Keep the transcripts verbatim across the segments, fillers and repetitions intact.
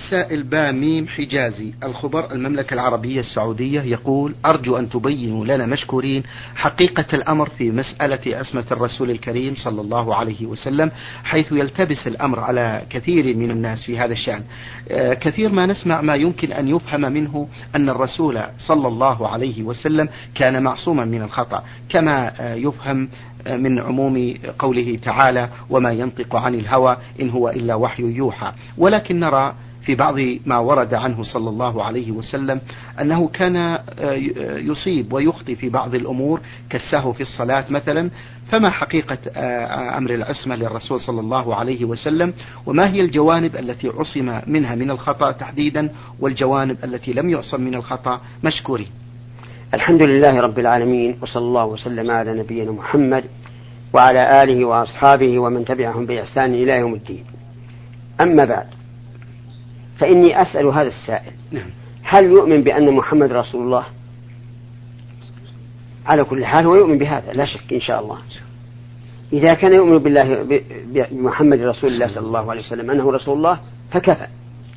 السائل باميم حجازي الخبر المملكة العربية السعودية يقول: أرجو أن تبينوا لنا مشكورين حقيقة الأمر في مسألة عصمة الرسول الكريم صلى الله عليه وسلم، حيث يلتبس الأمر على كثير من الناس في هذا الشأن. آه كثير ما نسمع ما يمكن أن يفهم منه أن الرسول صلى الله عليه وسلم كان معصوما من الخطأ، كما آه يفهم من عموم قوله تعالى: وما ينطق عن الهوى إن هو إلا وحي يوحى. ولكن نرى في بعض ما ورد عنه صلى الله عليه وسلم أنه كان يصيب ويخطئ في بعض الأمور كالسهو في الصلاة مثلا. فما حقيقة أمر العصمة للرسول صلى الله عليه وسلم، وما هي الجوانب التي عصم منها من الخطأ تحديدا، والجوانب التي لم يعصم من الخطأ؟ مشكورين. الحمد لله رب العالمين، وصلى الله وسلم على نبينا محمد وعلى آله وأصحابه ومن تبعهم بإحسان إلى يوم الدين. أما بعد، فإني أسأل هذا السائل: هل يؤمن بأن محمد رسول الله؟ على كل حال هو يؤمن بهذا لا شك إن شاء الله. إذا كان يؤمن بالله بمحمد رسول الله صلى الله عليه وسلم أنه رسول الله فكفى.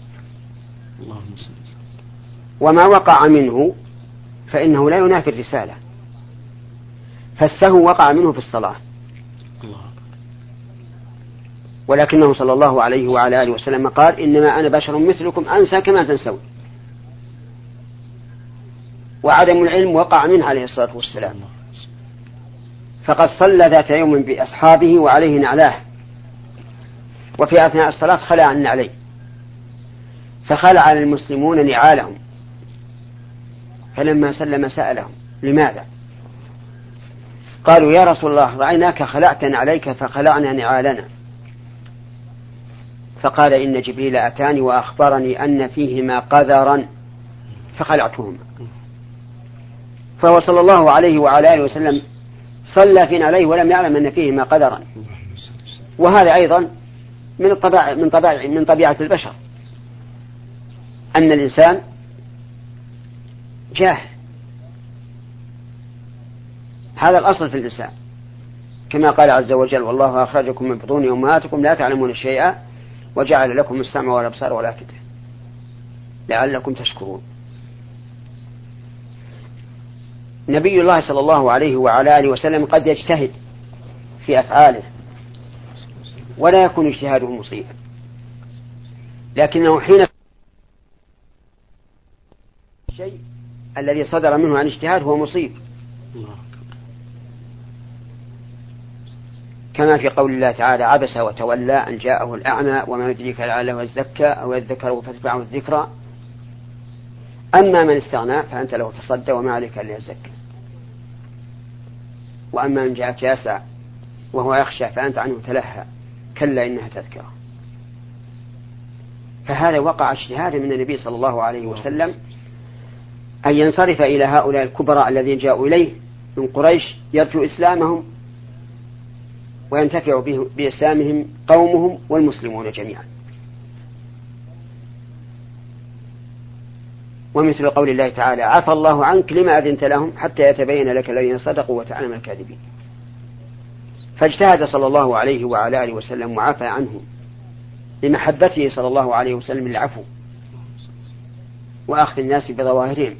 وما وقع منه فإنه لا ينافي الرسالة، فالسهو وقع منه في الصلاة، ولكنه صلى الله عليه وعلى آله وسلم قال: إنما أنا بشر مثلكم أنسى كما تنسون. وعدم العلم وقع منه عليه الصلاة والسلام، فقد صلى ذات يوم بأصحابه وعليه نعلاه، وفي أثناء الصلاة خلع عن نعليه، فخلع المسلمون نعالهم، فلما سلم سألهم: لماذا؟ قالوا: يا رسول الله، رأيناك خلعت نعليك فخلعنا نعالنا. فقال: إن جبريل أتاني وأخبرني أن فيهما قذرا فخلعتهما. فهو صلى الله عليه وعلى آله وسلم صلى في نعليه ولم يعلم أن فيهما قذرا. وهذا أيضا من الطبيعة من طبيعة من طبيعة البشر، أن الإنسان جاهل، هذا الأصل في الإنسان، كما قال عز وجل: والله أخرجكم من بطون أمهاتكم لا تعلمون شيئا وجعل لكم السمع والأبصار والأفئدة لعلكم تشكرون. نبي الله صلى الله عليه وعلى آله وسلم قد يجتهد في أفعاله ولا يكون اجتهاده مصيبا، لكنه حين الشيء الذي صدر منه عن اجتهاد هو مصيب، كما في قول الله تعالى: عبس وتولى أن جاءه الأعمى وما يدريك لعله يزكى أو يذكر فتنفعه الذكرى أما من استغنى فأنت له تصدى وما عليك إلا يزكى، وأما من جاءك يسعى وهو يخشى فأنت عنه تلهى كلا إنها تذكرة. فهذا وقع اجتهاد من النبي صلى الله عليه وسلم أن ينصرف إلى هؤلاء الكبراء الذين جاءوا إليه من قريش يرجو إسلامهم وينتفع بإسلامهم قومهم والمسلمون جميعا. ومثل قول الله تعالى: عفى الله عنك لما أذنت لهم حتى يتبين لك الذين صدقوا وتعلم الكاذبين. فاجتهد صلى الله عليه وعلى آله وسلم وعفى عنه لمحبته صلى الله عليه وسلم العفو وأخذ الناس بظواهرهم،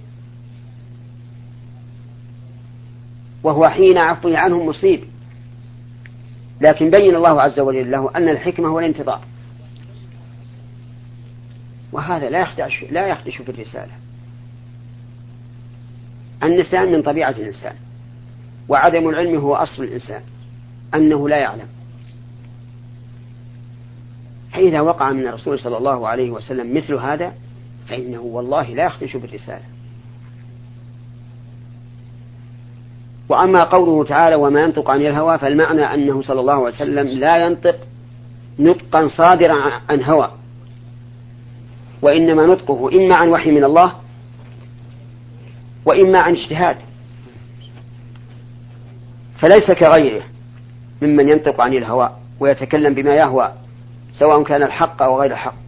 وهو حين عفوه عنهم مصيب، لكن بين الله عز وجل له أن الحكمة هو الانتظار، وهذا لا يخدش لا يخدش في الرسالة. النسيان من طبيعة الإنسان، وعدم العلم هو أصل الإنسان، أنه لا يعلم. فإذا وقع من الرسول صلى الله عليه وسلم مثل هذا فإنه والله لا يخدش بالرسالة. وأما قوله تعالى: وما ينطق عن الهوى، فالمعنى أنه صلى الله عليه وسلم لا ينطق نطقا صادرا عن هوى، وإنما نطقه إما عن وحي من الله وإما عن اجتهاد، فليس كغيره ممن ينطق عن الهوى ويتكلم بما يهوى سواء كان الحق أو غير الحق.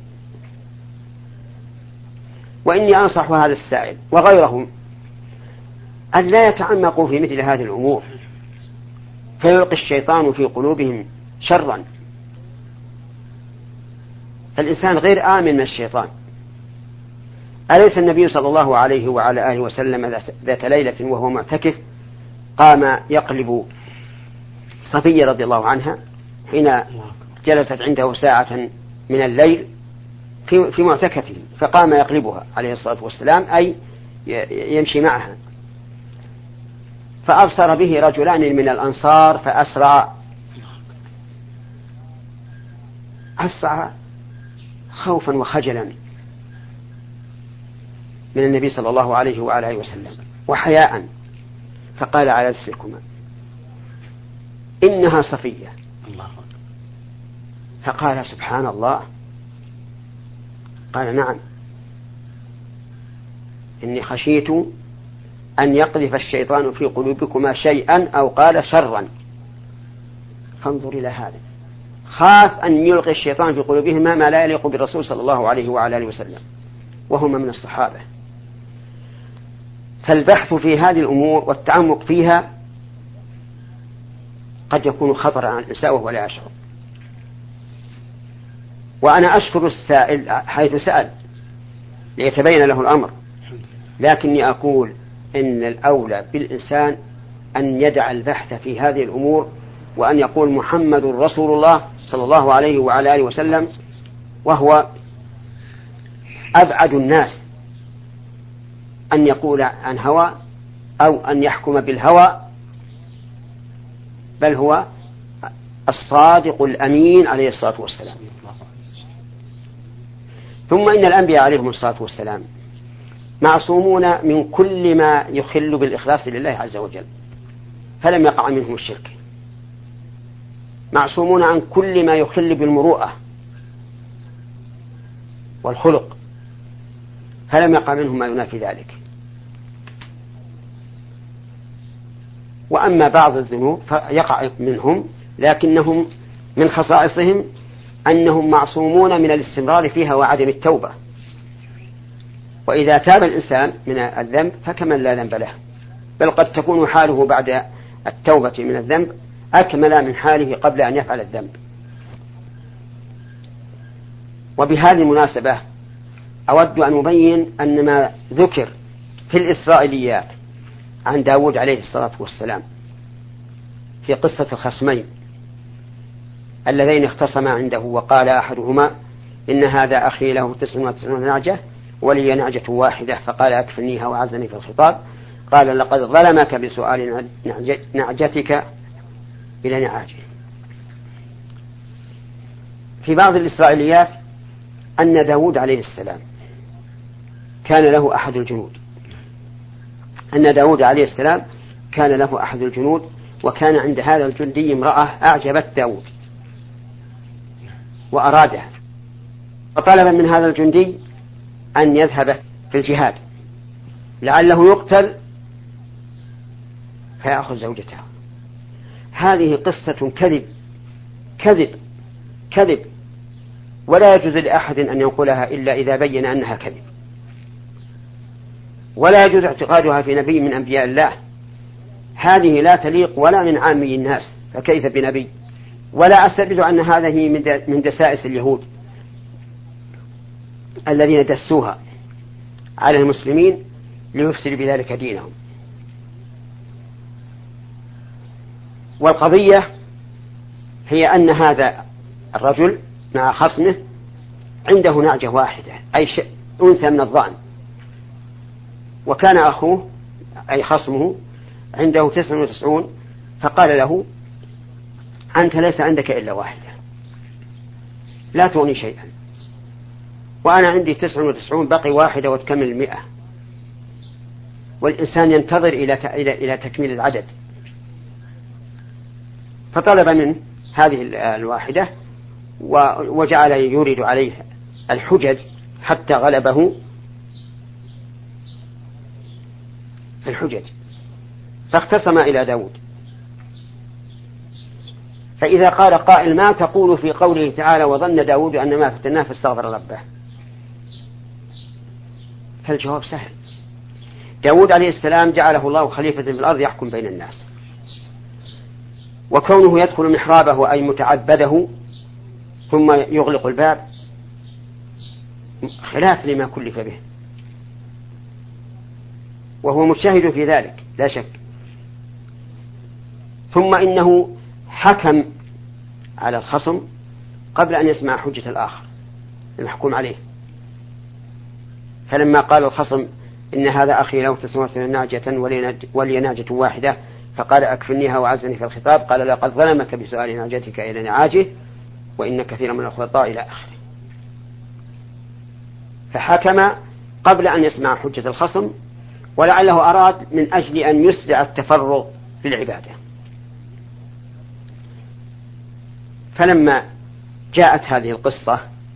وإني أنصح هذا السائل وغيرهم أن لا يتعمقوا في مثل هذه الأمور فيلقي الشيطان في قلوبهم شرا. فالإنسان غير آمن من الشيطان، أليس النبي صلى الله عليه وعلى آله وسلم ذات ليلة وهو معتكف قام يقلب صفية رضي الله عنها حين جلست عنده ساعة من الليل في في معتكفه، فقام يقلبها عليه الصلاة والسلام، أي يمشي معها، فأبصر به رجلان من الأنصار فأسرع أسرع خوفا وخجلا من النبي صلى الله عليه وعلى آله وسلم وحياء، فقال على رسلكما إنها صفية. فقال سبحان الله، قال نعم إني خشيت أن يقذف الشيطان في قلوبكما شيئا أو قال شرا. فانظر إلى هذا، خاف أن يلقي الشيطان في قلوبهما ما لا يليق بالرسول صلى الله عليه وعلى آله وسلم وهما من الصحابة. فالبحث في هذه الأمور والتعمق فيها قد يكون خطرا على الإنسان وهو لا يشعر. وأنا أشكر السائل حيث سأل ليتبين له الأمر، لكني أقول إن الأولى بالإنسان أن يدع البحث في هذه الأمور وأن يقول محمد رسول الله صلى الله عليه وعلى آله وسلم، وهو أبعد الناس أن يقول عن هوى أو أن يحكم بالهوى، بل هو الصادق الأمين عليه الصلاة والسلام. ثم إن الأنبياء عليهم الصلاة والسلام معصومون من كل ما يخل بالإخلاص لله عز وجل، فلم يقع منهم الشرك، معصومون عن كل ما يخل بالمروءة والخلق، فلم يقع منهم ما ينافي ذلك. وأما بعض الذنوب فيقع منهم، لكنهم من خصائصهم أنهم معصومون من الاستمرار فيها وعدم التوبة، وإذا تاب الإنسان من الذنب فكمن لا ذنب له، بل قد تكون حاله بعد التوبة من الذنب أكمل من حاله قبل أن يفعل الذنب. وبهذه المناسبة أود أن أبين أن ما ذكر في الإسرائيليات عن داود عليه الصلاة والسلام في قصة الخصمين اللذين اختصما عنده، وقال أحدهما إن هذا أخي له تسع وتسعون نعجة ولي نعجة واحدة، فقال أكفنيها وعزني في الخطاب، قال لقد ظلمك بسؤال نعجتك إلى نعاجه. في بعض الإسرائيليات أن داود عليه السلام كان له أحد الجنود أن داود عليه السلام كان له أحد الجنود وكان عند هذا الجندي امرأة أعجبت داود وأرادها، فطلب من هذا الجندي أن يذهب في الجهاد لعله يقتل فيأخذ زوجته. هذه قصة كذب كذب كذب، ولا يجوز لأحد أن ينقلها إلا إذا بين أنها كذب، ولا يجوز اعتقادها في نبي من أنبياء الله. هذه لا تليق ولا من عامي الناس، فكيف بنبي؟ ولا أستدل أن هذه من دسائس اليهود الذين دسوها على المسلمين ليفسدوا بذلك دينهم. والقضية هي أن هذا الرجل مع خصمه عنده نعجة واحدة، أي شيء أنثى من الضأن، وكان أخوه أي خصمه عنده تسع وتسعون، فقال له أنت ليس عندك إلا واحدة لا تغني شيئا، وأنا عندي تسع وتسعون بقي واحدة وتكمل المئة، والإنسان ينتظر إلى إلى تكميل العدد. فطلب منه هذه الواحدة وجعل يورد عليه الحجج حتى غلبه الحجج، فاختصم إلى داود. فإذا قال قائل ما تقول في قوله تعالى وظن داود أن ما فتناه فاستغفر ربه؟ فالجواب سهل. داود عليه السلام جعله الله خليفة في الأرض يحكم بين الناس، وكونه يدخل محرابه أي متعبده ثم يغلق الباب خلاف لما كلف به، وهو مجتهد في ذلك لا شك. ثم إنه حكم على الخصم قبل أن يسمع حجة الآخر المحكوم عليه، فلما قال الخصم إن هذا أخي له تسمية ناجة ولي ناجة واحدة فقال أكفلنيها وعزني في الخطاب، قال لقد ظلمك بسؤال ناجتك إلى نعاجه وإن كثيرا من الخلطاء إلى آخره. فحكم قبل أن يسمع حجة الخصم، ولعله أراد من أجل أن يسرع التفرغ للعبادة. فلما جاءت هذه القصة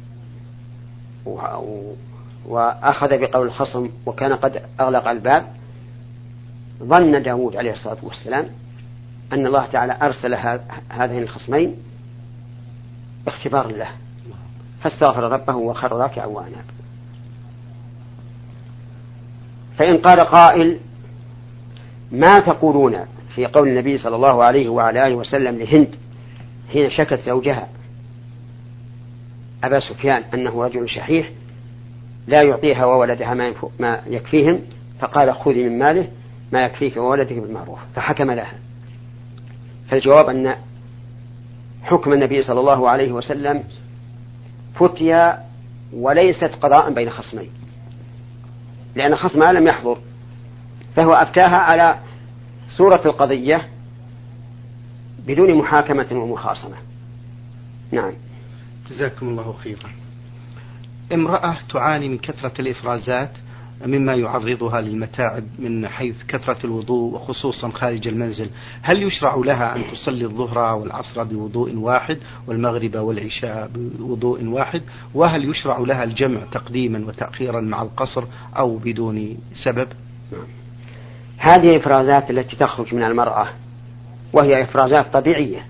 وأخذ بقول الخصم وكان قد أغلق الباب، ظن داود عليه الصلاة والسلام أن الله تعالى أرسل هذين الخصمين اختبار له، فاستغفر ربه وخر راكعا وأناب. فإن قال قائل ما تقولون في قول النبي صلى الله عليه وعلى آله وسلم لهند حين شكت زوجها أبا سفيان أنه رجل شحيح لا يعطيها وولدها ما يكفيهم، فقال خذي من ماله ما يكفيك وولدك بالمعروف، فحكم لها. فالجواب أن حكم النبي صلى الله عليه وسلم فتيا وليست قضاء بين خصمين، لأن خصمها لم يحضر، فهو أفتاها على صورة القضية بدون محاكمة ومخاصمة. نعم. جزاكم الله خيرا. امرأة تعاني من كثرة الإفرازات مما يعرضها للمتاعب من حيث كثرة الوضوء وخصوصا خارج المنزل، هل يشرع لها أن تصلي الظهر والعصر بوضوء واحد والمغرب والعشاء بوضوء واحد؟ وهل يشرع لها الجمع تقديما وتأخيرا مع القصر أو بدون سبب؟ هذه الإفرازات التي تخرج من المرأة وهي إفرازات طبيعية،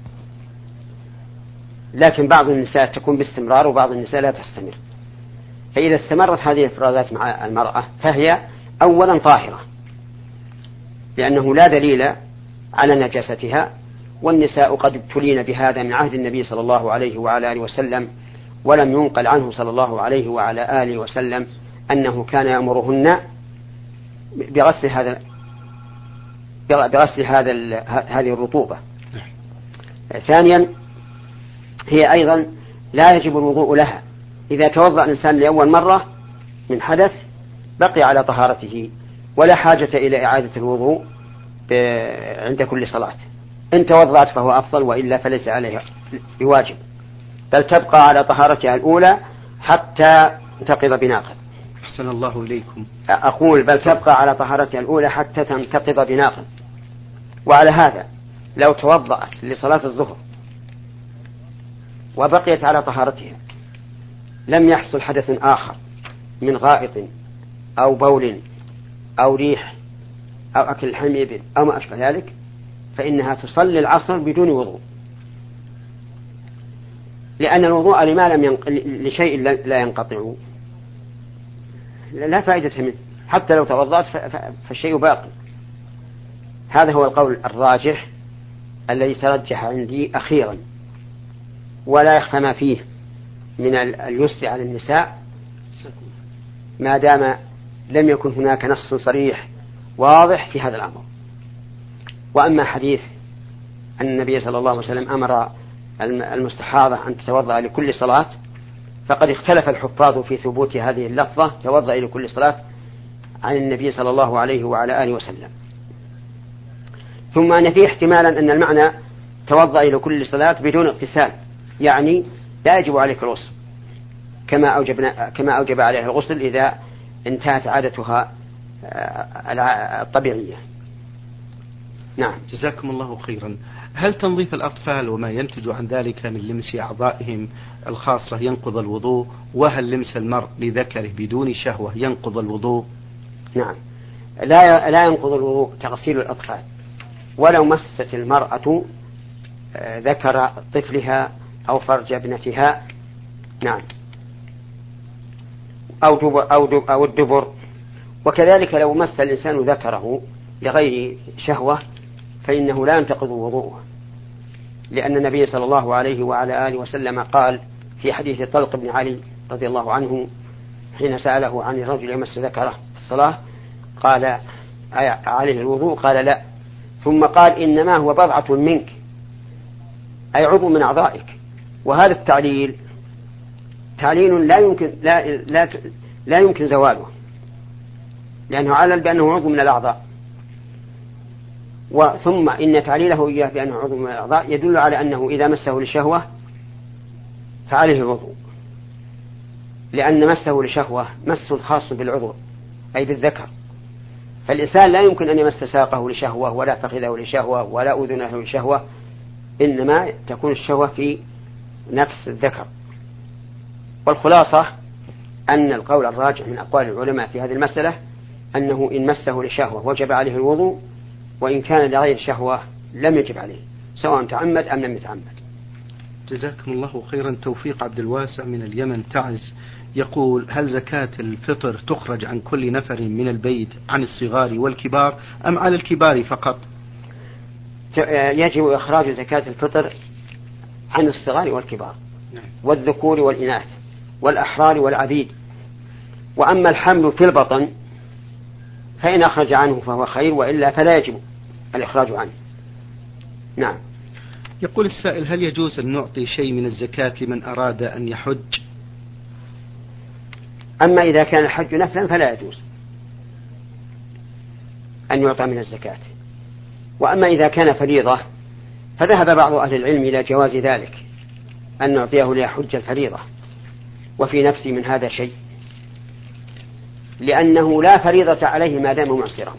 لكن بعض النساء تكون باستمرار وبعض النساء لا تستمر. فإذا استمرت هذه الإفرازات مع المرأة فهي أولا طاهرة، لأنه لا دليل على نجاستها، والنساء قد ابتلين بهذا من عهد النبي صلى الله عليه وعلى آله وسلم، ولم ينقل عنه صلى الله عليه وعلى آله وسلم أنه كان يأمرهن بغسل هذا بغسل هذا هذه الرطوبة. ثانيا هي أيضا لا يجب الوضوء لها، إذا توضأ الإنسان لأول مرة من حدث بقي على طهارته ولا حاجة إلى إعادة الوضوء عند كل صلاة. إن توضأت فهو أفضل، وإلا فليس عليها بواجب، بل تبقى على طهارتها الأولى حتى تنتقض بناقض. أحسن الله إليكم. أقول بل تبقى على طهارتها الأولى حتى تنتقض بناقض. وعلى هذا لو توضأت لصلاة الظهر وبقيت على طهارتها لم يحصل حدث آخر من غائط أو بول أو ريح أو أكل لحم إبل أو ما أشبه ذلك، فإنها تصلي العصر بدون وضوء، لأن الوضوء لما لم ينق... لشيء لا ينقطع لا فائدة منه، حتى لو توضأت ف... ف... فالشيء باقي. هذا هو القول الراجح الذي ترجح عندي أخيرا، ولا يخفى ما فيه من اليسر على النساء ما دام لم يكن هناك نص صريح واضح في هذا الأمر. وأما حديث أن النبي صلى الله عليه وسلم أمر المستحاضة أن تتوضأ لكل صلاة، فقد اختلف الحفاظ في ثبوت هذه اللفظة توضأ لكل صلاة عن النبي صلى الله عليه وعلى آله وسلم. ثم أن فيه احتمالا أن المعنى توضأ لكل صلاة بدون اغتسال، يعني لا يجب عليك الغسل كما أوجبنا كما أوجب عليها الغسل إذا انتهت عادتها الطبيعية. نعم. جزاكم الله خيرا. هل تنظيف الأطفال وما ينتج عن ذلك من لمس أعضائهم الخاصة ينقض الوضوء؟ وهل لمس المرء لذكره بدون شهوة ينقض الوضوء؟ نعم، لا لا ينقض الوضوء تغسيل الأطفال، ولو مست المرأة ذكر طفلها أو فرج ابنتها، نعم، أو دبر أو دبر أو الدبر. وكذلك لو مس الإنسان ذكره لغير شهوة فإنه لا ينتقض وضوءه، لأن النبي صلى الله عليه وعلى آله وسلم قال في حديث طلق بن علي رضي الله عنه حين سأله عن الرجل يمس ذكره في الصلاة قال عليه الوضوء؟ قال لا. ثم قال إنما هو بضعة منك، أي عضو من أعضائك. وهذا التعليل تعليل لا يمكن لا لا لا يمكن زواله، لأنه علل بأنه عضو من الأعضاء. وثم إن تعليله إياه بأنه عضو من الأعضاء يدل على أنه إذا مسه لشهوة فعليه الوضوء، لأن مسه لشهوة مس خاص بالعضو أي بالذكر. فالإنسان لا يمكن أن يمس ساقه لشهوة ولا فخذه لشهوة ولا أذنه لشهوة، إنما تكون الشهوة في نفس الذكر. والخلاصة أن القول الراجح من أقوال العلماء في هذه المسألة أنه إن مسه لشهوة وجب عليه الوضوء، وإن كان لغير شهوة لم يجب عليه، سواء تعمد أم لم يتعمد. جزاكم الله خيرا. توفيق عبد الواسع من اليمن تعز يقول: هل زكاة الفطر تخرج عن كل نفر من البيت عن الصغار والكبار أم على الكبار فقط؟ يجب إخراج زكاة الفطر عن الصغار والكبار والذكور والإناث والأحرار والعبيد. وأما الحمل في البطن فإن أخرج عنه فهو خير، وإلا فلا يجب الإخراج عنه. نعم. يقول السائل: هل يجوز أن نعطي شيء من الزكاة لمن أراد أن يحج؟ أما إذا كان الحج نفلا فلا يجوز أن يعطى من الزكاة. وأما إذا كان فريضة فذهب بعض أهل العلم إلى جواز ذلك، أن نعطيه ليحج الفريضة، وفي نفسي من هذا شيء، لأنه لا فريضة عليه ما دام معسرا.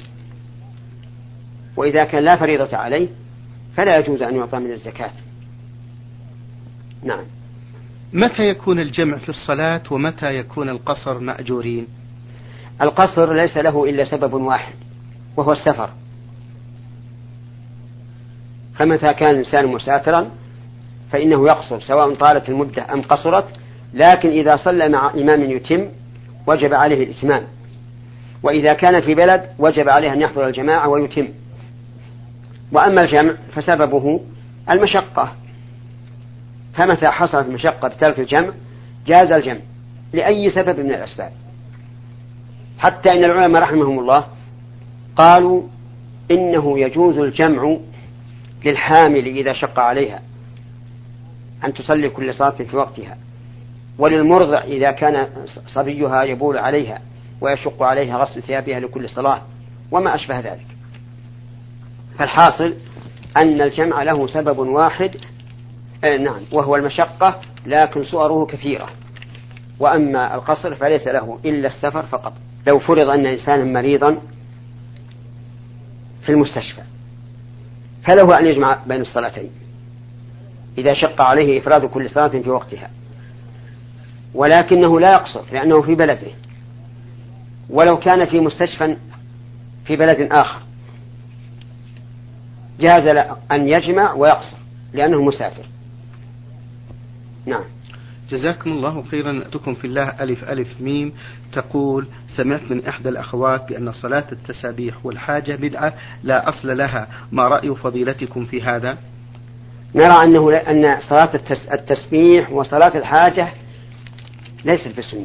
وإذا كان لا فريضة عليه فلا يجوز أن يعطى من الزكاة. نعم. متى يكون الجمع في الصلاة ومتى يكون القصر مأجورين؟ القصر ليس له إلا سبب واحد وهو السفر، فمتى كان الإنسان مسافرا فإنه يقصر سواء طالت المدة أم قصرت، لكن إذا صلى مع إمام يتم وجب عليه الإتمام، وإذا كان في بلد وجب عليه أن يحضر الجماعة ويتم. وأما الجمع فسببه المشقة، فمتى حصلت المشقة بترك الجمع جاز الجمع لأي سبب من الأسباب. حتى إن العلماء رحمهم الله قالوا إنه يجوز الجمع للحامل إذا شق عليها أن تصلي كل صلاة في وقتها، وللمرضع إذا كان صبيها يبول عليها ويشق عليها غسل ثيابها لكل صلاة وما أشبه ذلك. فالحاصل أن الجمع له سبب واحد، آه نعم، وهو المشقة، لكن صوره كثيرة. وأما القصر فليس له إلا السفر فقط. لو فرض أن إنسانا مريضا في المستشفى فله أن يجمع بين الصلاتين إذا شق عليه إفراد كل صلاة في وقتها، ولكنه لا يقصر لأنه في بلده. ولو كان في مستشفى في بلد آخر جاز له أن يجمع ويقصر لأنه مسافر. نعم. جزاكم الله خيرا. أتكم في الله ألف ألف ميم تقول: سمعت من إحدى الأخوات بأن صلاة التسابيح والحاجة بدعة لا أصل لها، ما رأي فضيلتكم في هذا؟ نرى أنه أن صلاة التسبيح وصلاة الحاجة ليست بسنة،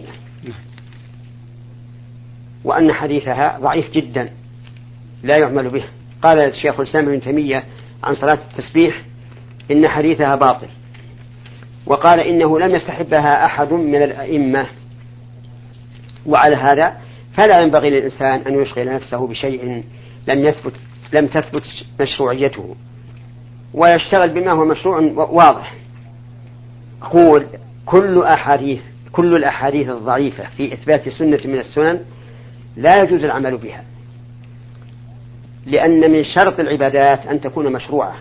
وأن حديثها ضعيف جدا لا يعمل به. قال الشيخ الإسلام ابن تيمية عن صلاة التسبيح إن حديثها باطل، وقال إنه لم يستحبها أحد من الأئمة. وعلى هذا فلا ينبغي للإنسان أن يشغل نفسه بشيء لم يثبت لم تثبت مشروعيته، ويشتغل بما هو مشروع واضح. أقول كل أحاديث كل الأحاديث الضعيفة في إثبات سنة من السنن لا يجوز العمل بها، لأن من شرط العبادات أن تكون مشروعة،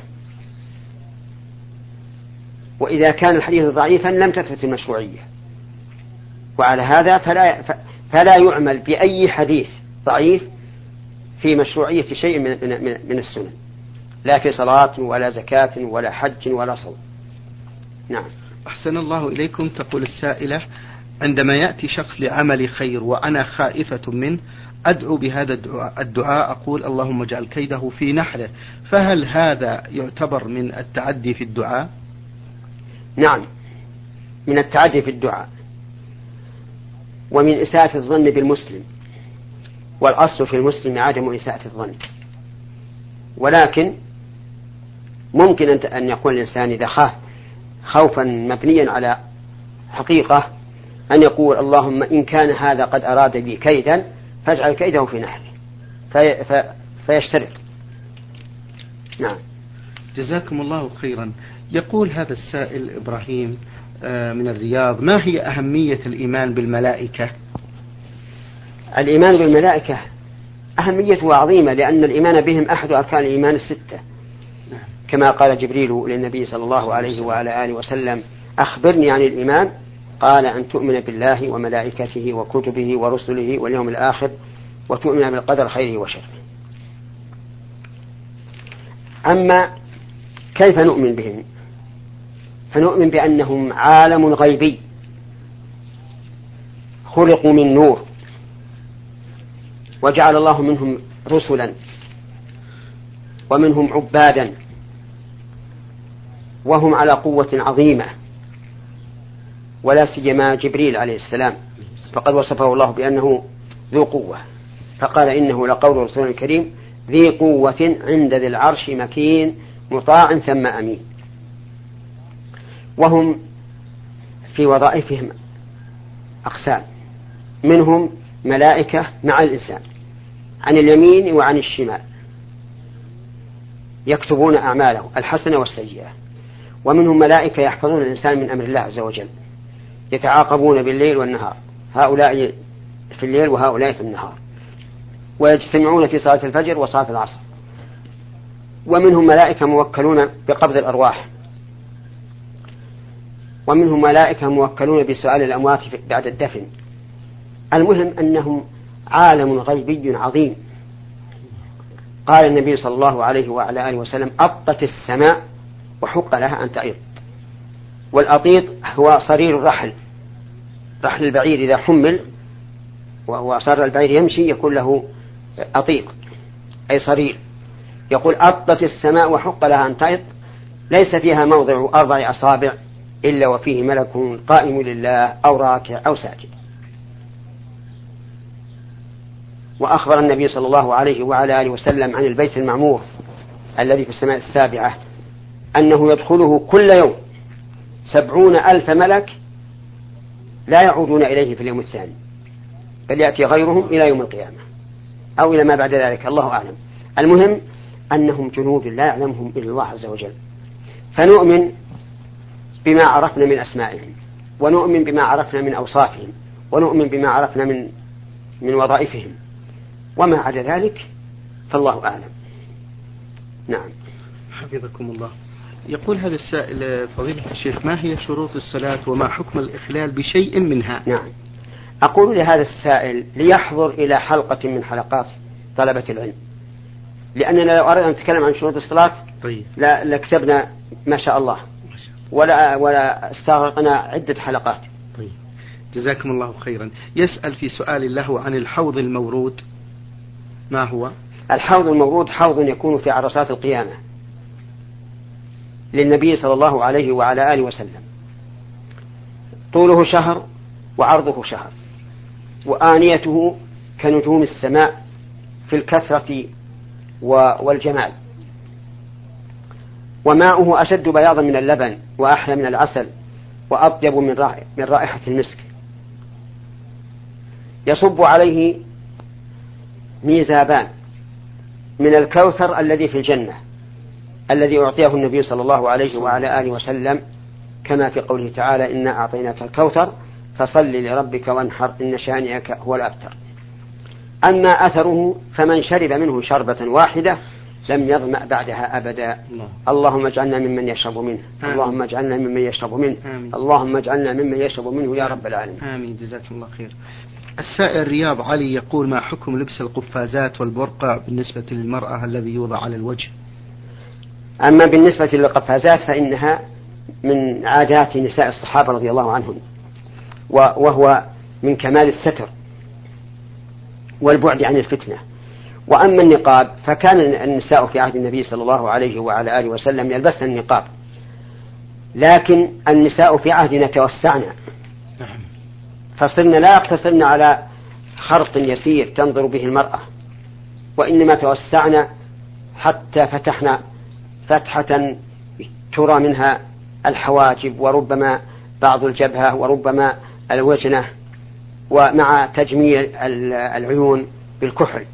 وإذا كان الحديث ضعيفا لم تثبت المشروعية. وعلى هذا فلا فلا يعمل بأي حديث ضعيف في مشروعية شيء من من من السنن، لا في صلاة ولا زكاة ولا حج ولا صوم. نعم. أحسن الله إليكم. تقول السائلة: عندما يأتي شخص لعمل خير وأنا خائفة منه أدعو بهذا الدعاء, الدعاء أقول: اللهم اجعل كيده في نحره، فهل هذا يعتبر من التعدي في الدعاء؟ نعم، من التعدي في الدعاء، ومن إساءة الظن بالمسلم، والأصل في المسلم عدم إساءة الظن. ولكن ممكن أن يقول الإنسان إذا خاف خوفا مبنيا على حقيقة أن يقول اللهم إن كان هذا قد أراد بي كيدا فاجعل كيده في نحره في في فيشترط. نعم. جزاكم الله خيرا. يقول هذا السائل إبراهيم من الرياض: ما هي أهمية الإيمان بالملائكة؟ الإيمان بالملائكة أهميته عظيمة، لأن الإيمان بهم أحد أركان الإيمان الستة، كما قال جبريل للنبي صلى الله عليه وعلى آله وسلم: أخبرني عن الإيمان، قال أن تؤمن بالله وملائكته وكتبه ورسله واليوم الآخر وتؤمن بالقدر خيره وشره. أما كيف نؤمن بهم؟ فنؤمن بأنهم عالم غيبي خلقوا من نور، وجعل الله منهم رسلا ومنهم عبادا، وهم على قوة عظيمة، ولا سيما جبريل عليه السلام فقد وصفه الله بأنه ذو قوة، فقال إنه لقول رسول كريم ذي قوة عند ذي العرش مكين مطاع ثم أمين. وهم في وظائفهم أقسام، منهم ملائكة مع الإنسان عن اليمين وعن الشمال يكتبون أعماله الحسنة والسيئة، ومنهم ملائكة يحفظون الإنسان من أمر الله عز وجل يتعاقبون بالليل والنهار، هؤلاء في الليل وهؤلاء في النهار، ويجتمعون في صلاة الفجر وصلاة العصر. ومنهم ملائكة موكلون بقبض الأرواح، ومنهم ملائكة موكلون بسؤال الأموات بعد الدفن. المهم أنهم عالم غيبي عظيم. قال النبي صلى الله عليه وعلى آله وسلم: أطت السماء وحق لها أن تأيض. والأطيط هو صرير الرحل، رحل البعير إذا حمل وصار البعير يمشي يكون له أطيق أي صرير. يقول: أطت السماء وحق لها أن تأيض، ليس فيها موضع أربع أصابع إلا وفيه ملك قائم لله أو راكع أو ساجد. وأخبر النبي صلى الله عليه وعلى آله وسلم عن البيت المعمور الذي في السماء السابعة أنه يدخله كل يوم سبعون ألف ملك لا يعودون إليه في اليوم الثاني، بل يأتي غيرهم إلى يوم القيامة أو إلى ما بعد ذلك، الله أعلم. المهم أنهم جنود لا يعلمهم إلا الله عز وجل. فنؤمن بما عرفنا من أسمائهم، ونؤمن بما عرفنا من أوصافهم، ونؤمن بما عرفنا من من وظائفهم، وما عدا ذلك فالله أعلم. نعم. حفظكم الله. يقول هذا السائل: فضيلة الشيخ، ما هي شروط الصلاة وما حكم الإخلال بشيء منها؟ نعم. أقول لهذا السائل ليحضر إلى حلقة من حلقات طلبة العلم، لأننا لو أردنا أن نتكلم عن شروط الصلاة طيب. لا لكتبنا ما شاء الله ولا ولا استغرقنا عدة حلقات. طيب. جزاكم الله خيرا. يسأل في سؤال له عن الحوض المورود، ما هو؟ الحوض المورود حوض يكون في عرصات القيامة للنبي صلى الله عليه وعلى آله وسلم، طوله شهر وعرضه شهر، وآنيته كنجوم السماء في الكثرة والجمال، وماؤه أشد بياضا من اللبن وأحلى من العسل وأطيب من رائحة المسك. يصب عليه ميزابان من الكوثر الذي في الجنة الذي أعطيه النبي صلى الله عليه وعلى آله وسلم، كما في قوله تعالى: إنا أعطيناك الكوثر فصل لربك وانحر إن شانئك هو الأبتر. أما أثره فمن شرب منه شربة واحدة لم يظمأ بعدها أبدا. الله. اللهم اجعلنا ممن يشرب منه. آمين. اللهم اجعلنا ممن يشرب منه. آمين. اللهم اجعلنا ممن يشرب منه يا رب العالمين. آمين. جزاكم الله خير. السائل رياض علي يقول: ما حكم لبس القفازات والبرقع بالنسبة للمرأة الذي يوضع على الوجه؟ أما بالنسبة للقفازات فإنها من عادات نساء الصحابة رضي الله عنهم، وهو من كمال الستر والبعد عن الفتنة. وأما النقاب فكان النساء في عهد النبي صلى الله عليه وعلى آله وسلم يلبسن النقاب، لكن النساء في عهدنا توسعنا فصرنا لا يقتصرن على خرط يسير تنظر به المرأة، وإنما توسعنا حتى فتحنا فتحة ترى منها الحواجب وربما بعض الجبهة وربما الوجنة، ومع تجميل العيون بالكحل.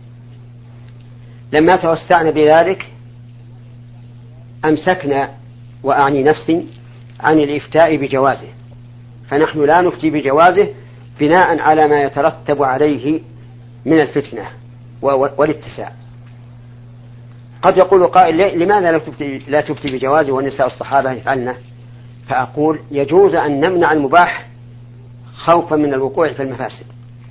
لما توسعنا بذلك أمسكنا، وأعني نفسي، عن الإفتاء بجوازه، فنحن لا نفتي بجوازه بناء على ما يترتب عليه من الفتنة والاتساع. قد يقول قائل: لماذا لا تفتي, لا تفتي بجوازه والنساء الصحابة يفعلنه؟ فأقول: يجوز أن نمنع المباح خوفا من الوقوع في المفاسد،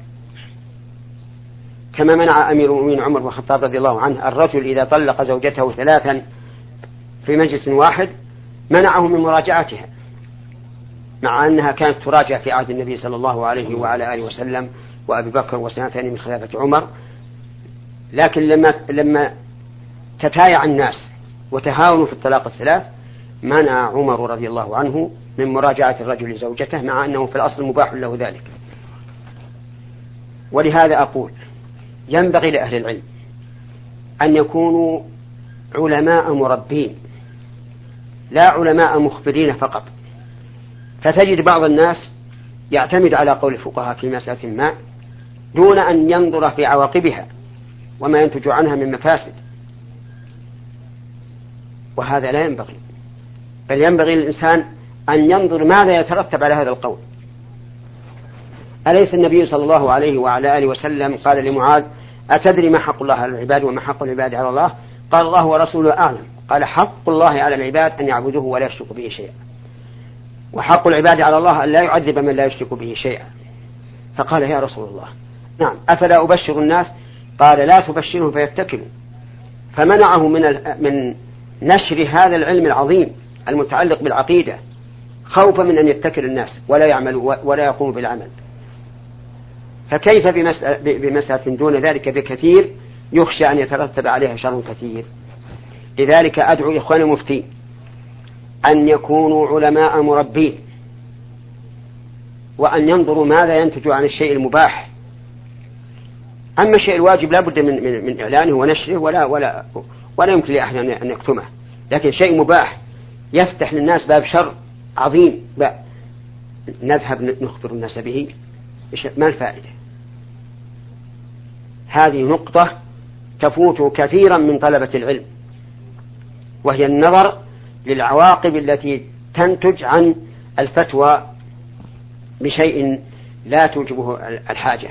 كما منع أمير المؤمنين عمر بن الخطاب رضي الله عنه الرجل إذا طلق زوجته ثلاثا في مجلس واحد منعه من مراجعتها، مع أنها كانت تراجع في عهد النبي صلى الله عليه وعلى آله وسلم وأبي بكر وسنتين من خلافة عمر. لكن لما لما تتايع الناس وتهاونوا في الطلاق الثلاث منع عمر رضي الله عنه من مراجعة الرجل لزوجته، مع أنه في الأصل مباح له ذلك. ولهذا أقول: ينبغي لأهل العلم أن يكونوا علماء مربين، لا علماء مخبرين فقط. فتجد بعض الناس يعتمد على قول الفقهاء في مسألة ما دون أن ينظر في عواقبها وما ينتج عنها من مفاسد، وهذا لا ينبغي، بل ينبغي للإنسان أن ينظر ماذا يترتب على هذا القول. أليس النبي صلى الله عليه وعلى آله وسلم قال لمعاذ: أتدري ما حق الله على العباد وما حق العباد على الله؟ قال: الله ورسوله أعلم. قال: حق الله على العباد أن يعبدوه ولا يشركوا به شيئا، وحق العباد على الله أن لا يعذب من لا يشرك به شيئا. فقال: يا رسول الله، نعم، أفلا أبشر الناس؟ قال: لا تبشرهم فيتكلوا. فمنعه من من نشر هذا العلم العظيم المتعلق بالعقيدة خوفا من أن يتكل الناس ولا يعملوا ولا يقوموا بالعمل. فكيف بمسألة, بمسألة دون ذلك بكثير يخشى أن يترتب عليها شر كثير؟ لذلك أدعو إخواني المفتين أن يكونوا علماء مربين، وأن ينظروا ماذا ينتج عن الشيء المباح. أما الشيء الواجب لا بد من, من, من إعلانه ونشره، ولا, ولا, ولا يمكن لأحد أن يكتمه. لكن شيء مباح يفتح للناس باب شر عظيم نذهب نخبر الناس به، ما الفائدة؟ هذه نقطة تفوت كثيرا من طلبة العلم، وهي النظر للعواقب التي تنتج عن الفتوى بشيء لا توجبه الحاجة.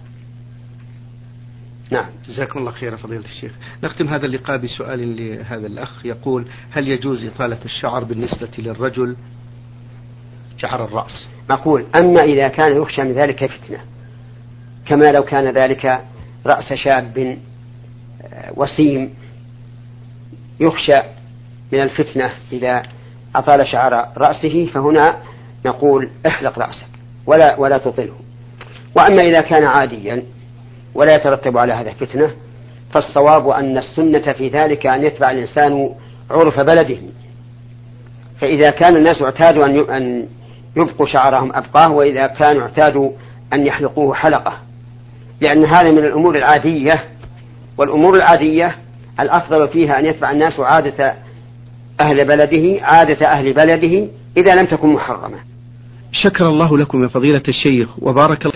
نعم. جزاكم الله خيرا فضيلة الشيخ. نختم هذا اللقاء بسؤال لهذا الأخ يقول: هل يجوز إطالة الشعر بالنسبة للرجل شعر الرأس؟ نقول: أما إذا كان يخشى من ذلك فتنة، كما لو كان ذلك رأس شاب وسيم يخشى من الفتنة إذا أطال شعر رأسه، فهنا نقول: احلق رأسك ولا ولا تطله. وأما إذا كان عاديا ولا يترتب على هذا فتنة، فالصواب أن السنة في ذلك أن يتبع الإنسان عرف بلده. فإذا كان الناس اعتادوا أن يبقوا شعرهم أبقاه، وإذا كانوا اعتادوا أن يحلقوه حلقة، لأن هذا من الأمور العادية، والأمور العادية الأفضل فيها أن يتبع الناس عادة أهل بلده عادة أهل بلده إذا لم تكن محرمة. شكر الله لكم يا فضيلة الشيخ وبارك الله